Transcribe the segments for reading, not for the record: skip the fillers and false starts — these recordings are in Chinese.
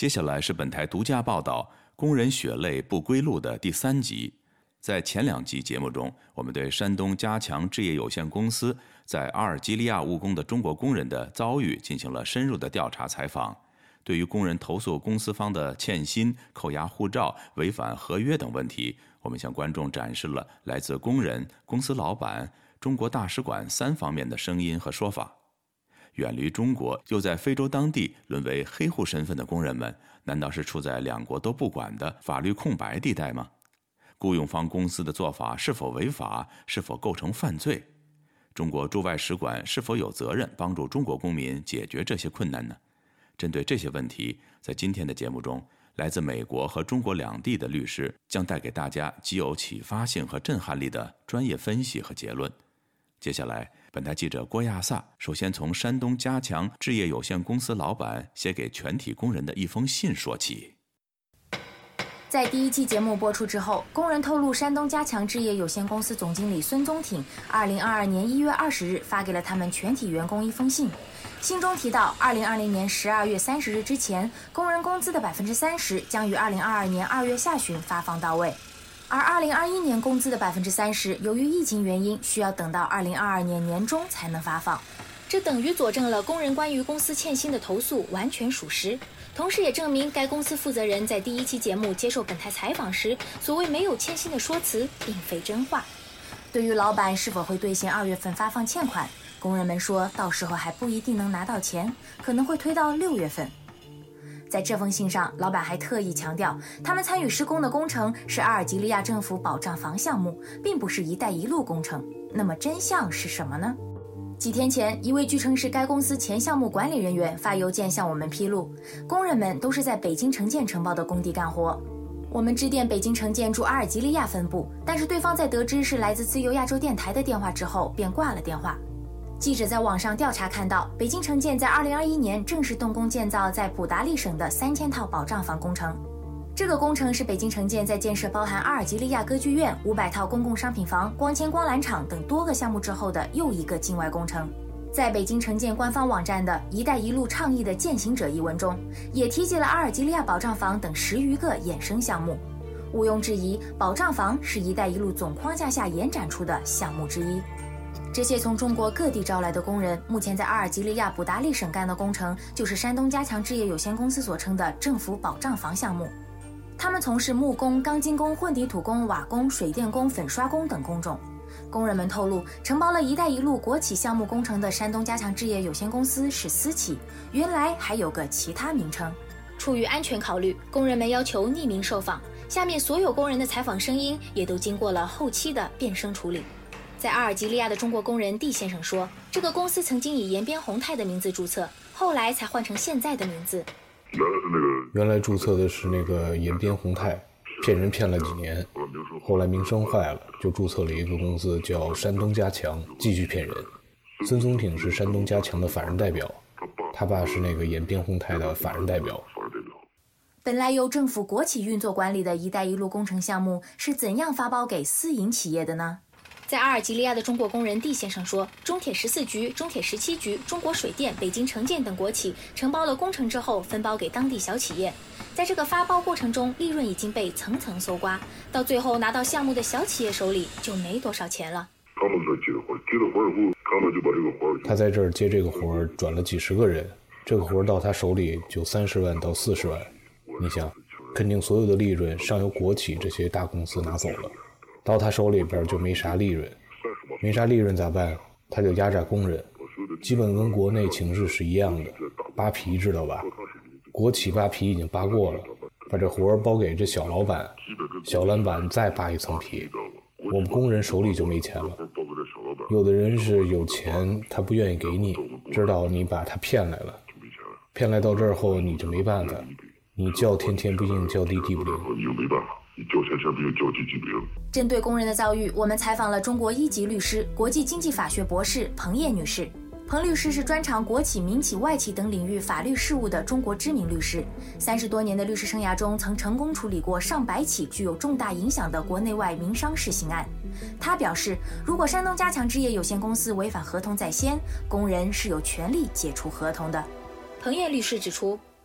接下来是本台独家报道工人血泪不归路的第3集。在前2集节目中，我们对山东嘉强置业有限公司在阿尔及利亚务工的中国工人的遭遇进行了深入的调查采访。对于工人投诉公司方的欠薪、扣押护照、违反合约等问题，我们向观众展示了来自工人、公司老板、中国大使馆3方面的声音和说法。远离中国又在非洲当地沦为黑户身份的工人们，难道是处在2国都不管的法律空白地带吗？雇用方公司的做法是否违法，是否构成犯罪？中国驻外使馆是否有责任帮助中国公民解决这些困难呢？针对这些问题，在今天的节目中，来自美国和中国2地的律师将带给大家极有启发性和震撼力的专业分析和结论。接下来，本台记者郭亚萨首先从山东嘉强置业有限公司老板写给全体工人的一封信说起。 在第1期节目播出之后，工人透露，山东嘉强置业有限公司总经理孙宗挺2022年1月20日发给了他们全体员工一封信。信中提到，2020年12月30日之前，工人工资的30%将于2022年2月下旬发放到位，而2021年工资的30%由于疫情原因，需要等到2022年年中才能发放。这等于佐证了工人关于公司欠薪的投诉完全属实。同时也证明该公司负责人在第1期节目接受本台采访时，所谓没有欠薪的说辞并非真话。对于老板是否会兑现2月份发放欠款，工人们说到时候还不一定能拿到钱，可能会推到6月份。在这封信上，老板还特意强调，他们参与施工的工程是阿尔及利亚政府保障房项目，并不是一带一路工程。那么真相是什么呢？几天前，一位据称是该公司前项目管理人员发邮件向我们披露，工人们都是在北京城建承包的工地干活。我们致电北京城建驻阿尔及利亚分部，但是对方在得知是来自自由亚洲电台的电话之后便挂了电话。记者在网上调查看到，北京城建在2021年正式动工建造在普达利省的3000套保障房工程。这个工程是北京城建在建设包含阿尔及利亚歌剧院、500套公共商品房、光纤光缆厂等多个项目之后的又一个境外工程。在北京城建官方网站的一带一路倡议的践行者一文中，也提及了阿尔及利亚保障房等10余个衍生项目。毋庸置疑，保障房是一带一路总框架下延展出的项目之一。这些从中国各地招来的工人，目前在阿尔及利亚普达利省干的工程，就是山东嘉强置业有限公司所称的政府保障房项目。他们从事木工、钢筋工、混凝土工、瓦工、水电工、粉刷工等工种。工人们透露，承包了一带一路国企项目工程的山东嘉强置业有限公司是私企，原来还有个其他名称。出于安全考虑，工人们要求匿名受访，下面所有工人的采访声音也都经过了后期的变声处理。在阿尔及利亚的中国工人 D 先生说，这个公司曾经以延边宏泰的名字注册，后来才换成现在的名字。 原来注册的是那个延边宏泰，骗人骗了几年，后来名声坏了，就注册了一个公司叫山东嘉强，继续骗人。孙宗挺是山东嘉强的法人代表，他爸是那个延边宏泰的法人代表。 本来由政府国企运作管理的一带一路工程项目是怎样发包给私营企业的呢？在阿尔及利亚的中国工人 D 先生说，中铁14局、中铁17局、中国水电、北京城建等国企承包了工程之后分包给当地小企业，在这个发包过程中，利润已经被层层搜刮，到最后拿到项目的小企业手里就没多少钱了。 他们在接了活以后，他们就把这个活，他在这儿接这个活转了几十个人，这个活到他手里就30万到40万。你想，肯定所有的利润上由国企这些大公司拿走了，到他手里边就没啥利润，没啥利润咋办？他就压榨工人，基本跟国内情势是一样的。扒皮知道吧？国企扒皮已经扒过了，把这活包给这小老板，小老板再扒一层皮，我们工人手里就没钱了。有的人是有钱，他不愿意给你，知道你把他骗来了，骗来到这儿后你就没办法，你叫天天不应，叫地地不灵，你就没办法。你叫天天不应，叫地地不灵。 针对工人的遭遇，我们采访了中国1级律师、国际经济法学博士彭烨女士。彭律师是专长国企、民企、外企等领域法律事务的中国知名律师，30多年的律师生涯中，曾成功处理过上百起具有重大影响的国内外民商事刑案。他表示，如果山东嘉强置业有限公司违反合同在先，工人是有权利解除合同的。彭烨律师指出，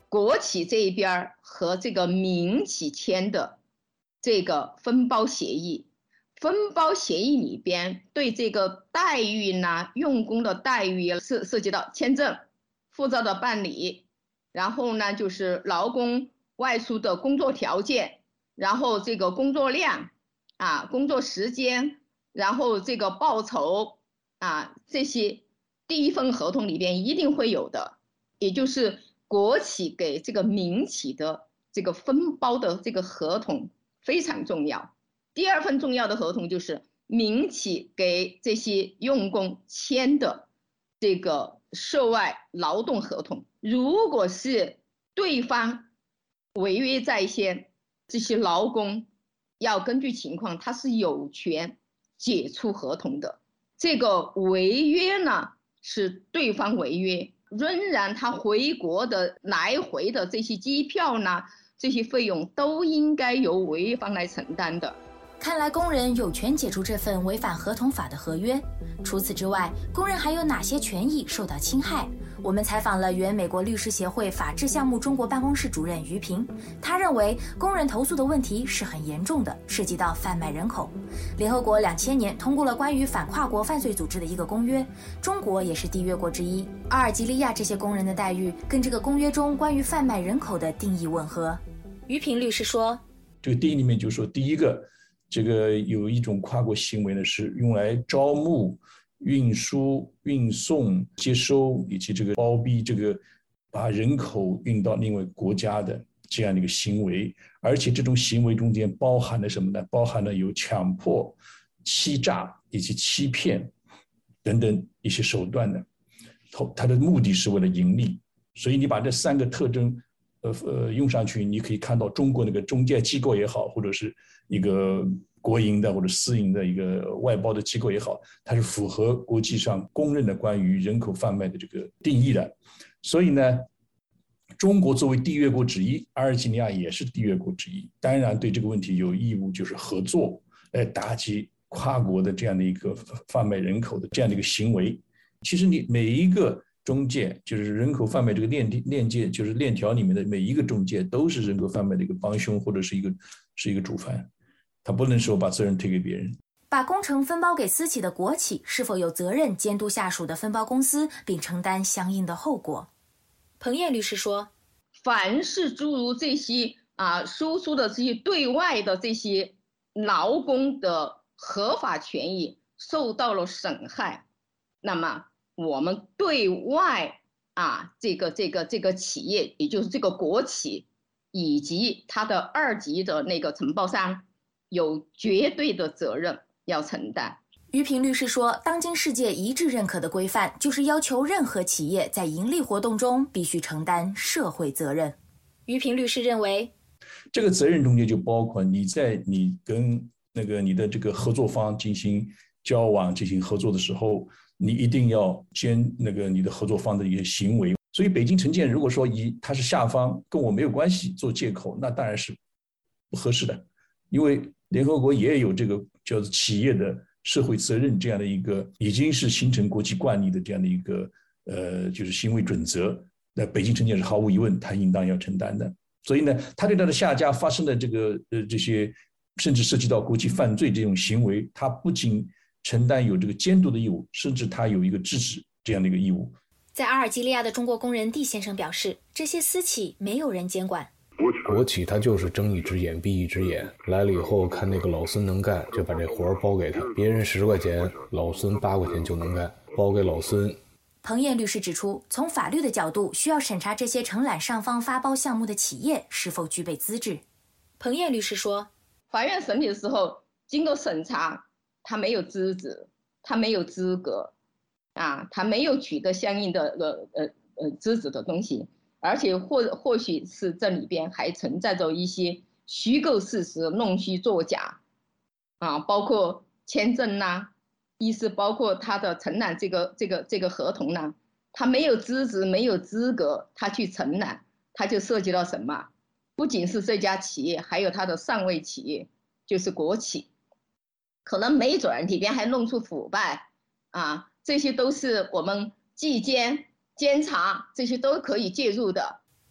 国企这一边和这个民企签的这个分包协议，分包协议里边对这个待遇呢，用工的待遇涉及到签证、护照的办理，然后呢就是劳工外出的工作条件，然后这个工作量工作时间，然后这个报酬这些第一份合同里边一定会有的，也就是国企给这个民企的这个分包的这个合同非常重要。第二份重要的合同就是民企给这些用工签的这个涉外劳动合同，如果是对方违约在先，这些劳工要根据情况，他是有权解除合同的。这个违约呢是对方违约，仍然他回国的来回的这些机票呢，这些费用都应该由违约方来承担的。 看来工人有权解除这份违反合同法的合约。除此之外，工人还有哪些权益受到侵害？我们采访了原美国律师协会法治项目中国办公室主任于平，他认为工人投诉的问题是很严重的，涉及到贩卖人口。联合国2000年通过了关于反跨国犯罪组织的一个公约，中国也是缔约国之一。阿尔及利亚这些工人的待遇跟这个公约中关于贩卖人口的定义吻合。于平律师说， 这个定义里面就说，第一个，这个有一种跨国行为呢，是用来招募、运输、运送、接收以及这个包庇这个把人口运到另外国家的这样的一个行为，而且这种行为中间包含了什么呢？包含了有强迫、欺诈以及欺骗等等一些手段的，它的目的是为了盈利。所以你把这三个特征用上去，你可以看到中国那个中介机构也好，或者是一个国营的或者私营的一个外包的机构也好，它是符合国际上公认的关于人口贩卖的这个定义的。所以呢，中国作为缔约国之一，阿尔及利亚也是缔约国之一，当然对这个问题有义务，就是合作来打击跨国的这样的一个贩卖人口的这样的一个行为。其实你每一个中介，就是人口贩卖这个链接，就是链条里面的每一个中介都是人口贩卖的一个帮凶或者是一个主犯，他不能说把责任推给别人。 把工程分包给私企的国企是否有责任监督下属的分包公司并承担相应的后果？彭燕律师说， 凡是诸如这些输出的这些对外的这些劳工的合法权益受到了损害，那么我们对外这个企业，也就是这个国企以及它的二级的那个承包商有绝对的责任要承担。 于平律师说，当今世界一致认可的规范就是要求任何企业在盈利活动中必须承担社会责任。于平律师认为， 这个责任中间就包括你跟你的这个合作方进行交往、进行合作的时候，你一定要监你的合作方的一些行为。所以北京城建如果说以他是下方跟我没有关系做借口，那当然是不合适的，因为联合国也有这个叫做企业的社会责任这样的一个已经是形成国际惯例的这样的一个就是行为准则。那北京城建是毫无疑问他应当要承担的。所以呢，他对他的下家发生的这些甚至涉及到国际犯罪这种行为，他不仅承担有这个监督的义务，甚至他有一个制止这样的一个义务。 在阿尔及利亚的中国工人D先生表示，这些私企没有人监管。 国企他就是睁一只眼闭一只眼，来了以后看那个老孙能干，就把这活包给他，别人10块钱，老孙8块钱就能干，包给老孙。 彭燕律师指出，从法律的角度，需要审查这些承揽上方发包项目的企业是否具备资质。彭燕律师说， 法院审理的时候经过审查，他没有资质，他没有资格他没有取得相应的资质的东西，而且或许是这里边还存在着一些虚构事实、弄虚作假包括签证意思包括他的承揽这个合同他没有资质没有资格，他去承揽，他就涉及到什么？不仅是这家企业，还有他的上位企业，就是国企，可能没准里边还弄出腐败这些都是我们纪监、监察这些都可以介入的。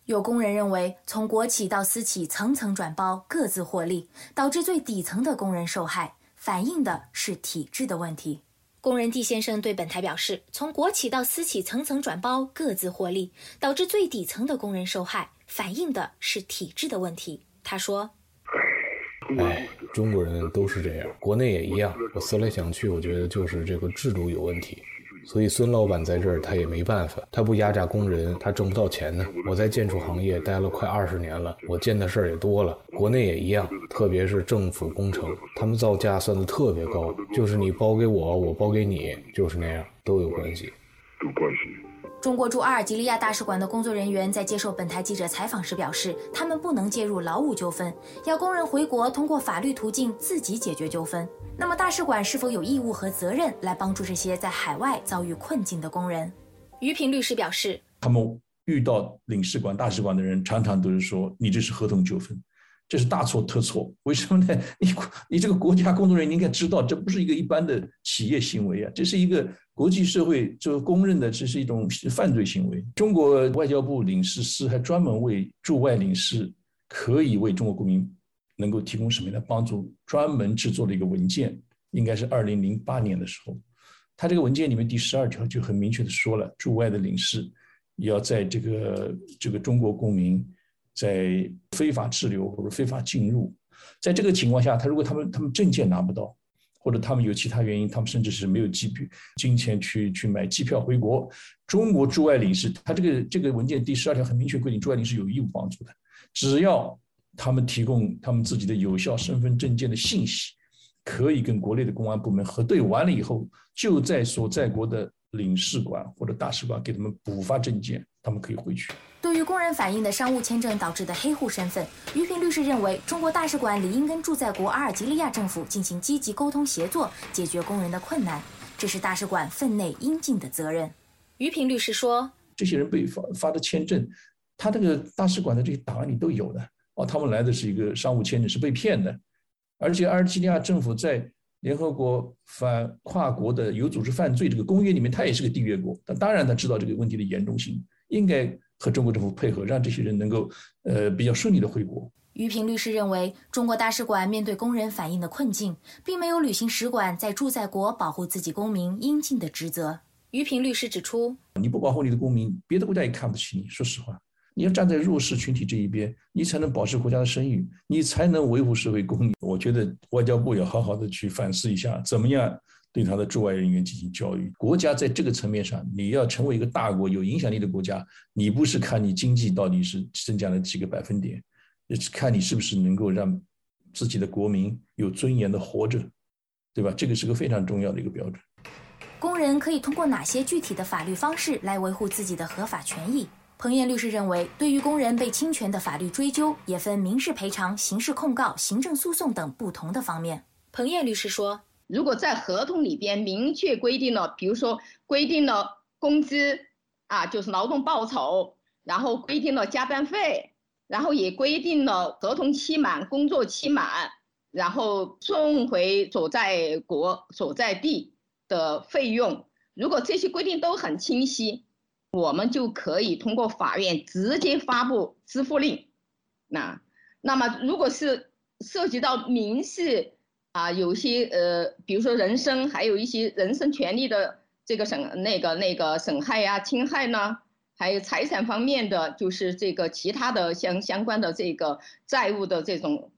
有工人认为，从国企到私企层层转包，各自获利，导致最底层的工人受害，反映的是体制的问题。工人D先生对本台表示，从国企到私企层层转包，各自获利，导致最底层的工人受害，反映的是体制的问题。他说， 中国人都是这样，国内也一样。我思来想去，我觉得就是这个制度有问题。所以孙老板在这儿他也没办法，他不压榨工人，他挣不到钱呢。我在建筑行业待了快20年了，我见的事儿也多了，国内也一样，特别是政府工程，他们造价算得特别高，就是你包给我，我包给你，就是那样，都有关系。 中国驻阿尔及利亚大使馆的工作人员在接受本台记者采访时表示，他们不能介入劳务纠纷，要工人回国通过法律途径自己解决纠纷。那么大使馆是否有义务和责任来帮助这些在海外遭遇困境的工人？于平律师表示， 他们遇到领事馆、大使馆的人，常常都是说你这是合同纠纷，这是大错特错。为什么呢？你这个国家工作人员你应该知道，这不是一个一般的企业行为啊，这是一个国际社会就公认的，这是一种犯罪行为。中国外交部领事司还专门为驻外领事可以为中国公民能够提供什么样的帮助，专门制作了一个文件，应该是2008年的时候。他这个文件里面第12条就很明确的说了，驻外的领事要在这个中国公民在非法滞留或者非法进入，在这个情况下，如果他们证件拿不到，或者他们有其他原因，他们甚至是没有金钱去买机票回国，中国驻外领事，他这个文件第12条很明确规定，驻外领事有义务帮助的，只要他们提供他们自己的有效身份证件的信息，可以跟国内的公安部门核对完了以后，就在所在国的领事馆或者大使馆给他们补发证件，他们可以回去。 对于工人反映的商务签证导致的黑户身份，于平律师认为，中国大使馆理应跟驻在国阿尔及利亚政府进行积极沟通协作，解决工人的困难，这是大使馆分内应尽的责任。于平律师说， 这些人被发的签证，他这个大使馆的这些档案里都有的他们来的是一个商务签证，是被骗的。而且阿尔及利亚政府在联合国反跨国的有组织犯罪这个公约里面，他也是个缔约国，当然他知道这个问题的严重性，应该和中国政府配合，让这些人能够比较顺利的回国。 于平律师认为，中国大使馆面对工人反映的困境，并没有履行使馆在驻在国保护自己公民应尽的职责。于平律师指出， 你不保护你的公民，别的国家也看不起你，说实话，你要站在弱势群体这一边，你才能保持国家的声誉，你才能维护社会公义。我觉得外交部要好好的去反思一下，怎么样对他的驻外人员进行教育。国家在这个层面上，你要成为一个大国、有影响力的国家，你不是看你经济到底是增加了几个百分点，看你是不是能够让自己的国民有尊严的活着，对吧？这个是个非常重要的一个标准。 工人可以通过哪些具体的法律方式来维护自己的合法权益？彭燕律师认为，对于工人被侵权的法律追究，也分民事赔偿、刑事控告、行政诉讼等不同的方面。彭燕律师说， 如果在合同里边明确规定了，比如说规定了工资就是劳动报酬，然后规定了加班费，然后也规定了合同期满、工作期满，然后送回所在国所在地的费用，如果这些规定都很清晰，我们就可以通过法院直接发布支付令。那么如果是涉及到民事有些比如说人身，还有一些人身权利的这个损害侵害呢，还有财产方面的，就是这个其他的相关的这个债务的这种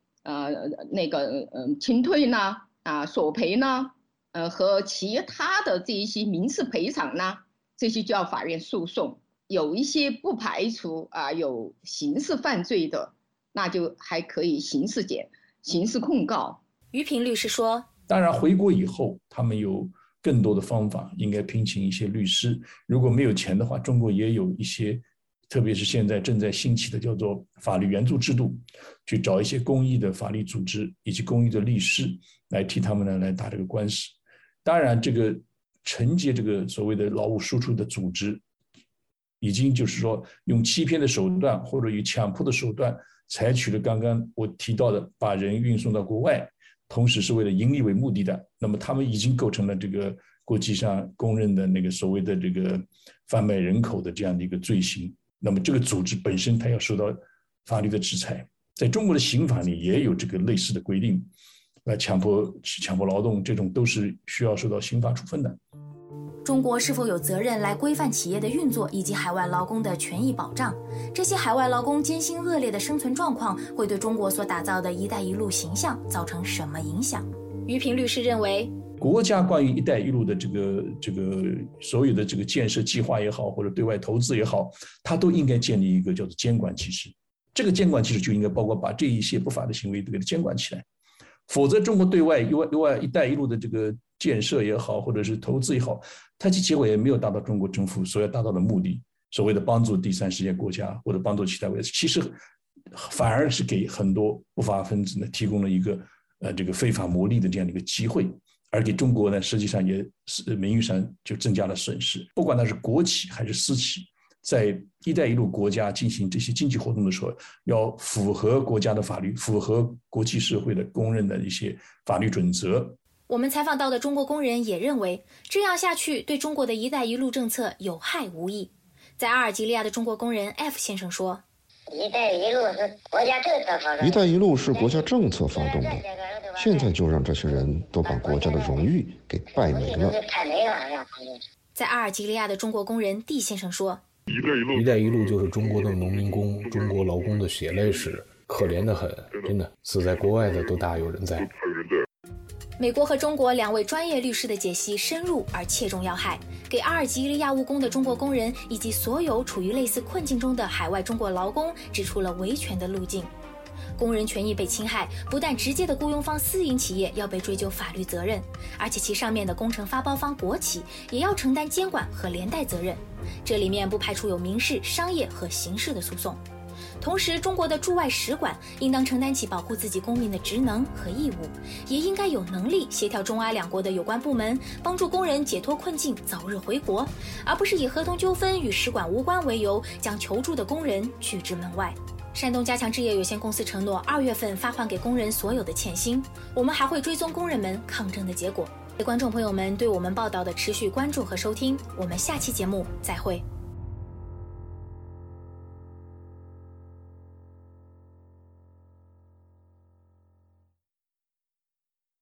清退呢索赔呢和其他的这一些民事赔偿呢，这些就要法院诉讼。有一些不排除有刑事犯罪的，那就还可以刑事控告。 于平律师说， 当然回国以后他们有更多的方法，应该聘请一些律师，如果没有钱的话，中国也有一些，特别是现在正在兴起的叫做法律援助制度，去找一些公益的法律组织以及公益的律师来替他们呢来打这个官司。当然这个承接这个所谓的劳务输出的组织，已经就是说用欺骗的手段或者以强迫的手段采取了刚刚我提到的把人运送到国外，同时是为了盈利为目的的，那么他们已经构成了这个国际上公认的那个所谓的这个贩卖人口的这样的一个罪行。 那么这个组织本身它要受到法律的制裁。在中国的刑法里也有这个类似的规定，强迫劳动这种都是需要受到刑法处分的。 中国是否有责任来规范企业的运作以及海外劳工的权益保障？这些海外劳工艰辛恶劣的生存状况会对中国所打造的一带一路形象造成什么影响？于平律师认为， 国家关于一带一路的这个所有的这个建设计划也好，或者对外投资也好，它都应该建立一个叫做监管机制。这个监管机制就应该包括把这一些不法的行为都给它监管起来，否则中国对外一带一路的这个建设也好，或者是投资也好，它其结果也没有达到中国政府所要达到的目的，所谓的帮助第三世界国家或者帮助其他国家，其实反而是给很多不法分子呢提供了一个这个非法牟利的这样的一个机会，而给中国呢实际上也是名誉上就增加了损失。不管它是国企还是私企，在一带一路国家进行这些经济活动的时候，要符合国家的法律，符合国际社会的公认的一些法律准则。 我们采访到的中国工人也认为，这样下去对中国的一带一路政策有害无益。在阿尔及利亚的中国工人 F 先生说， 一带一路是国家政策发动的， 一带一路是国家政策发动的，现在就让这些人都把国家的荣誉给败没了。 在阿尔及利亚的中国工人 D 先生说， 一带一路就是中国的农民工、中国劳工的血泪史，可怜得很，真的，死在国外的都大有人在。 美国和中国两位专业律师的解析深入而切中要害，给阿尔及利亚务工的中国工人以及所有处于类似困境中的海外中国劳工指出了维权的路径。工人权益被侵害，不但直接的雇佣方私营企业要被追究法律责任，而且其上面的工程发包方国企也要承担监管和连带责任，这里面不排除有民事、商业和刑事的诉讼。同时，中国的驻外使馆应当承担起保护自己公民的职能和义务，也应该有能力协调中阿两国的有关部门，帮助工人解脱困境，早日回国，而不是以合同纠纷与使馆无关为由，将求助的工人拒之门外。山东家强置业有限公司承诺2月份发还给工人所有的欠薪，我们还会追踪工人们抗争的结果。观众朋友们对我们报道的持续关注和收听，我们下期节目再会。